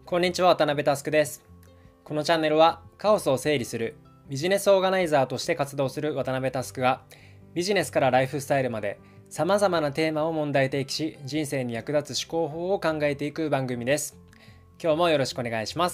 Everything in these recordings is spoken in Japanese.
こんにちは、渡辺佑です。このチャンネルはカオスを整理するビジネスオーガナイザーとして活動する渡辺佑がビジネスからライフスタイルまで様々なテーマを問題提起し、人生に役立つ思考法を考えていく番組です。今日もよろしくお願いします。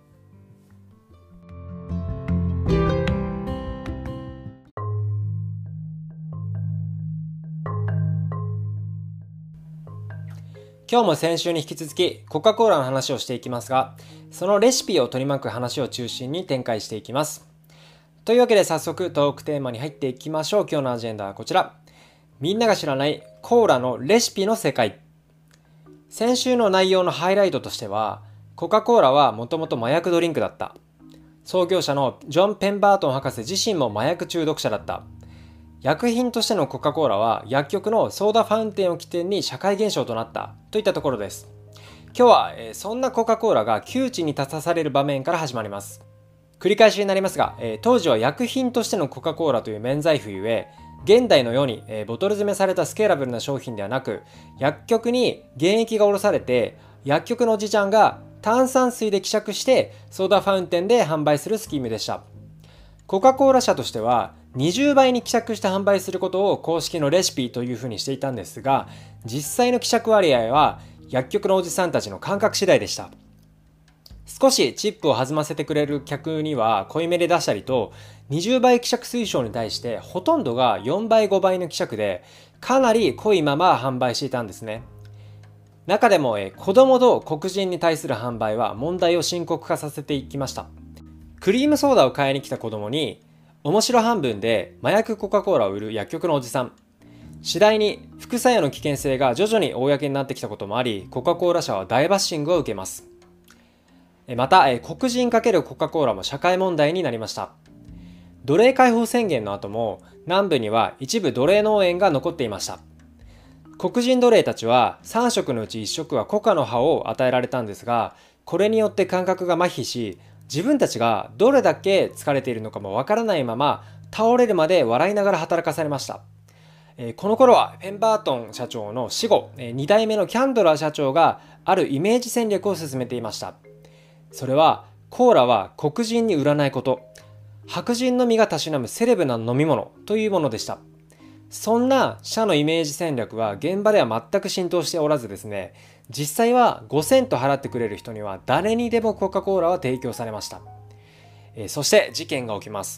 今日も先週に引き続きコカ・コーラの話をしていきますが、そのレシピを取り巻く話を中心に展開していきます。というわけで早速トークテーマに入っていきましょう。今日のアジェンダはこちら。みんなが知らないコーラのレシピの世界。先週の内容のハイライトとしては、コカ・コーラはもともと麻薬ドリンクだった。創業者のジョン・ペンバートン博士自身も麻薬中毒者だった。薬品としてのコカ・コーラは薬局のソーダファウンテンを起点に社会現象となったといったところです。今日はそんなコカ・コーラが窮地に立たされる場面から始まります。繰り返しになりますが、当時は薬品としてのコカ・コーラという免罪符ゆえ、現代のようにボトル詰めされたスケーラブルな商品ではなく、薬局に原液が卸されて、薬局のおじちゃんが炭酸水で希釈してソーダファウンテンで販売するスキームでした。コカ・コーラ社としては20倍に希釈して販売することを公式のレシピというふうにしていたんですが、実際の希釈割合は薬局のおじさんたちの感覚次第でした。少しチップを弾ませてくれる客には濃いめで出したりと、20倍希釈推奨に対してほとんどが4倍5倍の希釈でかなり濃いまま販売していたんですね。中でも子供と黒人に対する販売は問題を深刻化させていきました。クリームソーダを買いに来た子供に面白半分で麻薬コカ・コーラを売る薬局のおじさん。次第に副作用の危険性が徐々に公になってきたこともあり、コカ・コーラ社は大バッシングを受けます。また黒人×コカ・コーラも社会問題になりました。奴隷解放宣言の後も南部には一部奴隷農園が残っていました。黒人奴隷たちは3食のうち1食はコカの葉を与えられたんですが、これによって感覚が麻痺し、自分たちがどれだけ疲れているのかもわからないまま倒れるまで笑いながら働かされました。この頃はペンバートン社長の死後、2代目のキャンドラー社長があるイメージ戦略を進めていました。それはコーラは黒人に売らないこと、白人のみがたしなむセレブな飲み物というものでした。そんな社のイメージ戦略は現場では全く浸透しておらずですね、実際は5セント払ってくれる人には誰にでもコカ・コーラは提供されました。そして事件が起きます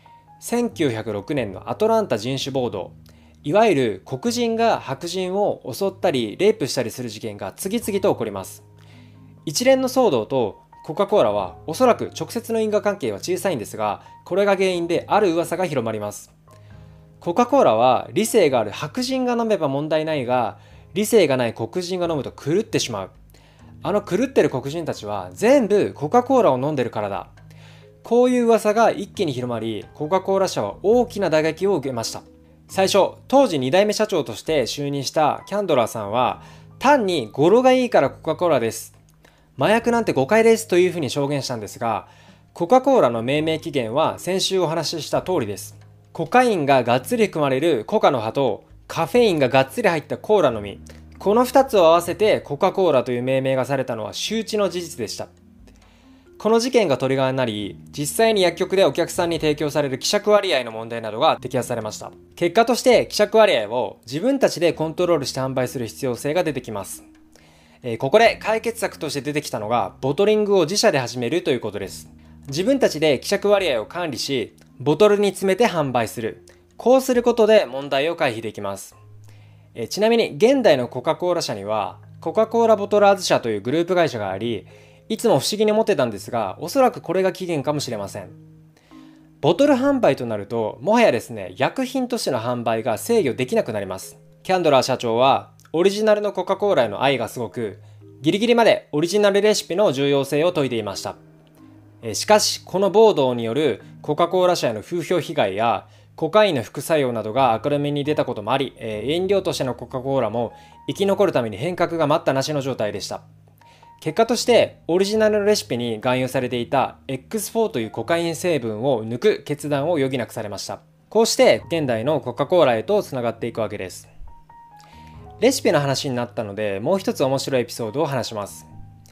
。1906年のアトランタ人種暴動、いわゆる黒人が白人を襲ったりレイプしたりする事件が次々と起こります。一連の騒動とコカ・コーラはおそらく直接の因果関係は小さいんですが、これが原因である噂が広まります。コカ・コーラは理性がある白人が飲めば問題ないが、理性がない黒人が飲むと狂ってしまう。あの狂ってる黒人たちは全部コカ・コーラを飲んでるからだ。こういう噂が一気に広まり、コカ・コーラ社は大きな打撃を受けました。最初、当時2代目社長として就任したキャンドラーさんは、単に語呂がいいからコカ・コーラです。麻薬なんて誤解ですというふうに証言したんですが、コカ・コーラの命名起源は先週お話しした通りです。コカインががっつり含まれるコカの葉とカフェインががっつり入ったコーラの実、この2つを合わせてコカ・コーラという命名がされたのは周知の事実でした。この事件がトリガーになり、実際に薬局でお客さんに提供される希釈割合の問題などが摘発されました。結果として希釈割合を自分たちでコントロールして販売する必要性が出てきます。ここで解決策として出てきたのがボトリングを自社で始めるということです。自分たちで希釈割合を管理し、ボトルに詰めて販売する。こうすることで問題を回避できます。ちなみに現代のコカ・コーラ社にはコカ・コーラボトラーズ社というグループ会社があり、いつも不思議に思ってたんですが、おそらくこれが起源かもしれません。ボトル販売となると、もはやですね、薬品としての販売が制御できなくなります。キャンドラー社長はオリジナルのコカ・コーラへの愛がすごく、ギリギリまでオリジナルレシピの重要性を説いていました。しかしこの暴動によるコカ・コーラ社への風評被害やコカインの副作用などが明るみに出たこともあり、飲料としてのコカ・コーラも生き残るために変革が待ったなしの状態でした。結果としてオリジナルのレシピに含有されていた X4 というコカイン成分を抜く決断を余儀なくされました。こうして現代のコカ・コーラへとつながっていくわけです。レシピの話になったので、もう一つ面白いエピソードを話します。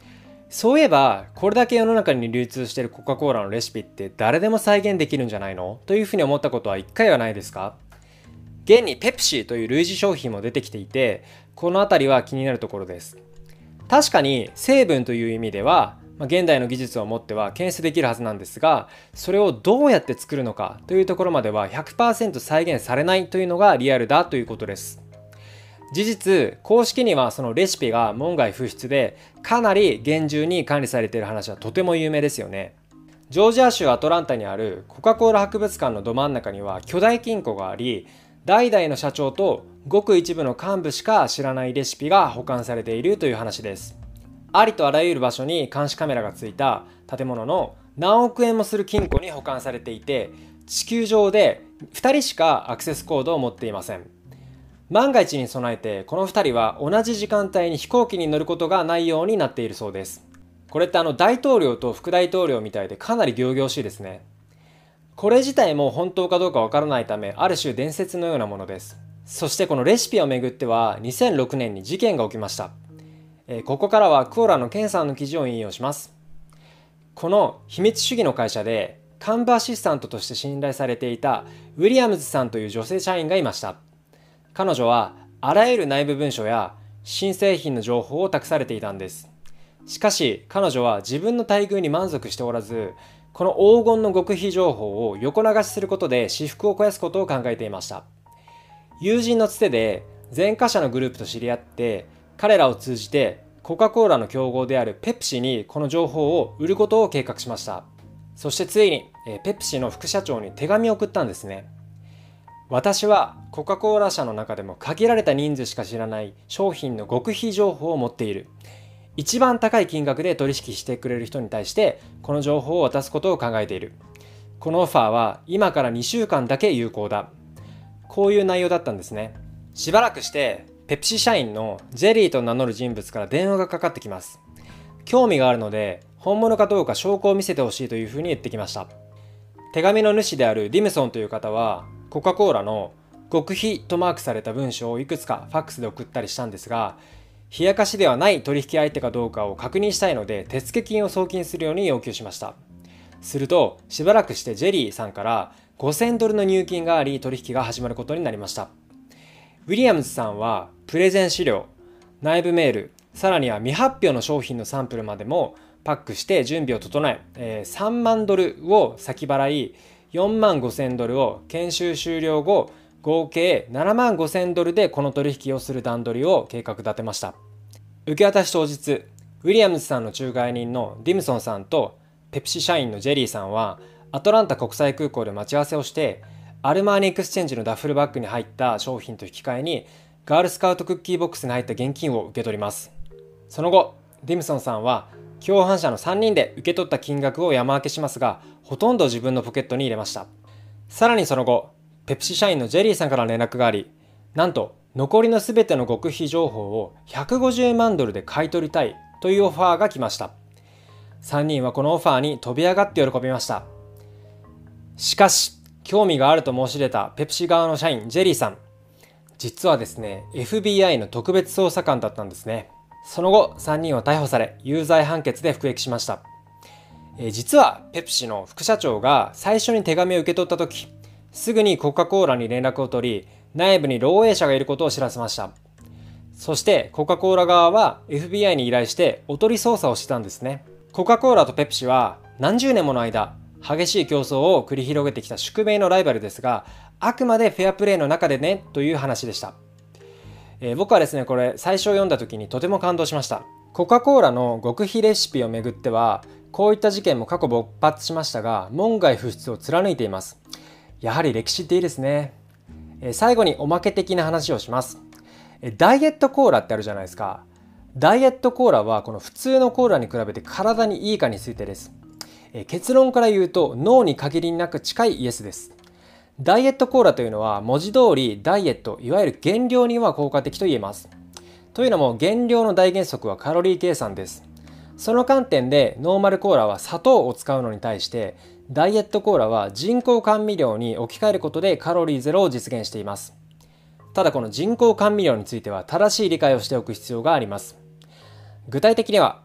そういえばこれだけ世の中に流通しているコカ・コーラのレシピって誰でも再現できるんじゃないのというふうに思ったことは一回はないですか？現にペプシという類似商品も出てきていて、このあたりは気になるところです。確かに成分という意味では、現代の技術をもっては検出できるはずなんですが、それをどうやって作るのかというところまでは 100% 再現されないというのがリアルだということです。事実、公式にはそのレシピが門外不出で、かなり厳重に管理されている話はとても有名ですよね。ジョージア州アトランタにあるコカ・コーラ博物館のど真ん中には巨大金庫があり、代々の社長とごく一部の幹部しか知らないレシピが保管されているという話です。ありとあらゆる場所に監視カメラがついた建物の何億円もする金庫に保管されていて、地球上で2人しかアクセスコードを持っていません。万が一に備えてこの2人は同じ時間帯に飛行機に乗ることがないようになっているそうです。これって大統領と副大統領みたいでかなり仰々しいですね。これ自体も本当かどうかわからないため、ある種伝説のようなものです。そしてこのレシピをめぐっては2006年に事件が起きました。ここからはクオラのケンさんの記事を引用します。この秘密主義の会社で幹部アシスタントとして信頼されていたウィリアムズさんという女性社員がいました。彼女はあらゆる内部文書や新製品の情報を託されていたんです。しかし彼女は自分の待遇に満足しておらず、この黄金の極秘情報を横流しすることで私腹を肥やすことを考えていました。友人のつてで前科者のグループと知り合って、彼らを通じてコカ・コーラの競合であるペプシにこの情報を売ることを計画しました。そしてついにペプシの副社長に手紙を送ったんですね。私はコカ・コーラ社の中でも限られた人数しか知らない商品の極秘情報を持っている。一番高い金額で取引してくれる人に対してこの情報を渡すことを考えている。このオファーは今から2週間だけ有効だ。こういう内容だったんですね。しばらくしてペプシ社員のジェリーと名乗る人物から電話がかかってきます。興味があるので本物かどうか証拠を見せてほしいというふうに言ってきました。手紙の主であるディムソンという方はコカ・コーラの極秘とマークされた文書をいくつかファックスで送ったりしたんですが、冷やかしではない取引相手かどうかを確認したいので手付金を送金するように要求しました。するとしばらくしてジェリーさんから$5000の入金があり、取引が始まることになりました。ウィリアムズさんはプレゼン資料、内部メール、さらには未発表の商品のサンプルまでもパックして準備を整え、$3万を先払い、$45,000を研修終了後合計$75,000でこの取引をする段取りを計画立てました。受け渡し当日、ウィリアムズさんの仲介人のディムソンさんとペプシ社員のジェリーさんはアトランタ国際空港で待ち合わせをして、アルマーニエクスチェンジのダッフルバッグに入った商品と引き換えにガールスカウトクッキーボックスに入った現金を受け取ります。その後ディムソンさんは共犯者の3人で受け取った金額を山分けしますが、ほとんど自分のポケットに入れました。さらにその後ペプシ社員のジェリーさんから連絡があり、なんと残りのすべての極秘情報を$150万で買い取りたいというオファーが来ました。3人はこのオファーに飛び上がって喜びました。しかし興味があると申し出たペプシ側の社員ジェリーさん、実はですね FBI の特別捜査官だったんですね。その後3人は逮捕され有罪判決で服役しました。実はペプシの副社長が最初に手紙を受け取った時、すぐにコカ・コーラに連絡を取り、内部に漏洩者がいることを知らせました。そしてコカ・コーラ側は FBI に依頼しておとり捜査をしてたんですね。コカ・コーラとペプシは何十年もの間激しい競争を繰り広げてきた宿命のライバルですが、あくまでフェアプレーの中でねという話でした。僕はですねこれ最初読んだ時にとても感動しました。コカ・コーラの極秘レシピをめぐってはこういった事件も過去勃発しましたが、門外不出を貫いています。やはり歴史っていいですね。最後におまけ的な話をします。ダイエットコーラってあるじゃないですか。ダイエットコーラはこの普通のコーラに比べて体にいいかについてです。結論から言うとノーに限りなく近いイエスです。ダイエットコーラというのは文字通りダイエット、いわゆる減量には効果的と言えます。というのも減量の大原則はカロリー計算です。その観点でノーマルコーラは砂糖を使うのに対してダイエットコーラは人工甘味料に置き換えることでカロリーゼロを実現しています。ただこの人工甘味料については正しい理解をしておく必要があります。具体的には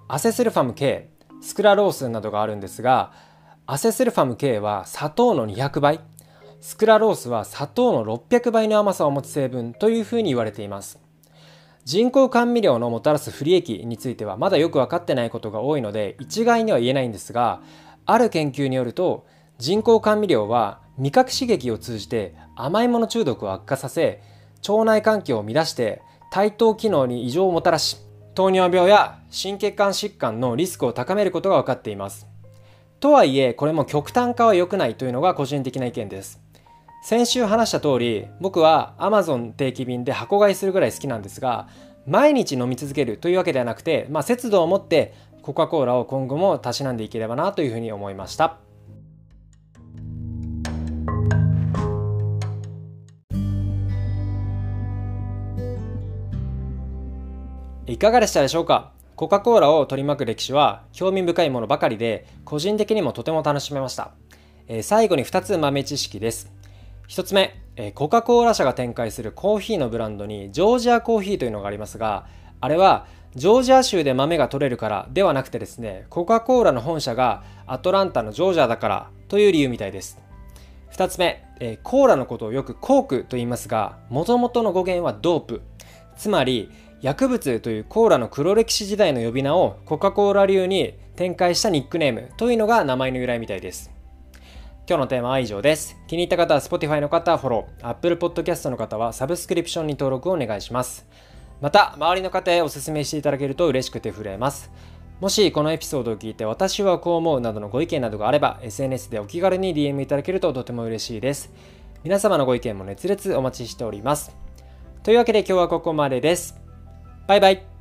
アセスルファム K、スクラロースなどがあるんですが、アセスルファム K は砂糖の200倍、スクラロースは砂糖の600倍の甘さを持つ成分というふうに言われています。人工甘味料のもたらす不利益についてはまだよく分かってないことが多いので一概には言えないんですが、ある研究によると人工甘味料は味覚刺激を通じて甘いもの中毒を悪化させ、腸内環境を乱して対等機能に異常をもたらし、糖尿病や心血管疾患のリスクを高めることが分かっています。とはいえこれも極端化は良くないというのが個人的な意見です。先週話した通り、僕は Amazon 定期便で箱買いするぐらい好きなんですが、毎日飲み続けるというわけではなくて、節度を持ってコカ・コーラを今後もたしなんでいければなというふうに思いました。いかがでしたでしょうか。コカ・コーラを取り巻く歴史は興味深いものばかりで、個人的にもとても楽しめました。最後に2つ豆知識です。1つ目、コカ・コーラ社が展開するコーヒーのブランドにジョージアコーヒーというのがありますが、あれはジョージア州で豆が取れるからではなくてですね、コカ・コーラの本社がアトランタのジョージアだからという理由みたいです。2つ目、コーラのことをよくコークと言いますが、元々の語源はドープ、つまり薬物というコーラの黒歴史時代の呼び名をコカ・コーラ流に展開したニックネームというのが名前の由来みたいです。今日のテーマは以上です。気に入った方は Spotify の方はフォロー、Apple Podcast の方はサブスクリプションに登録をお願いします。また、周りの方へお勧めしていただけると嬉しくて震えます。もしこのエピソードを聞いて私はこう思うなどのご意見などがあれば SNS でお気軽に DM いただけるととても嬉しいです。皆様のご意見も熱烈お待ちしております。というわけで今日はここまでです。バイバイ。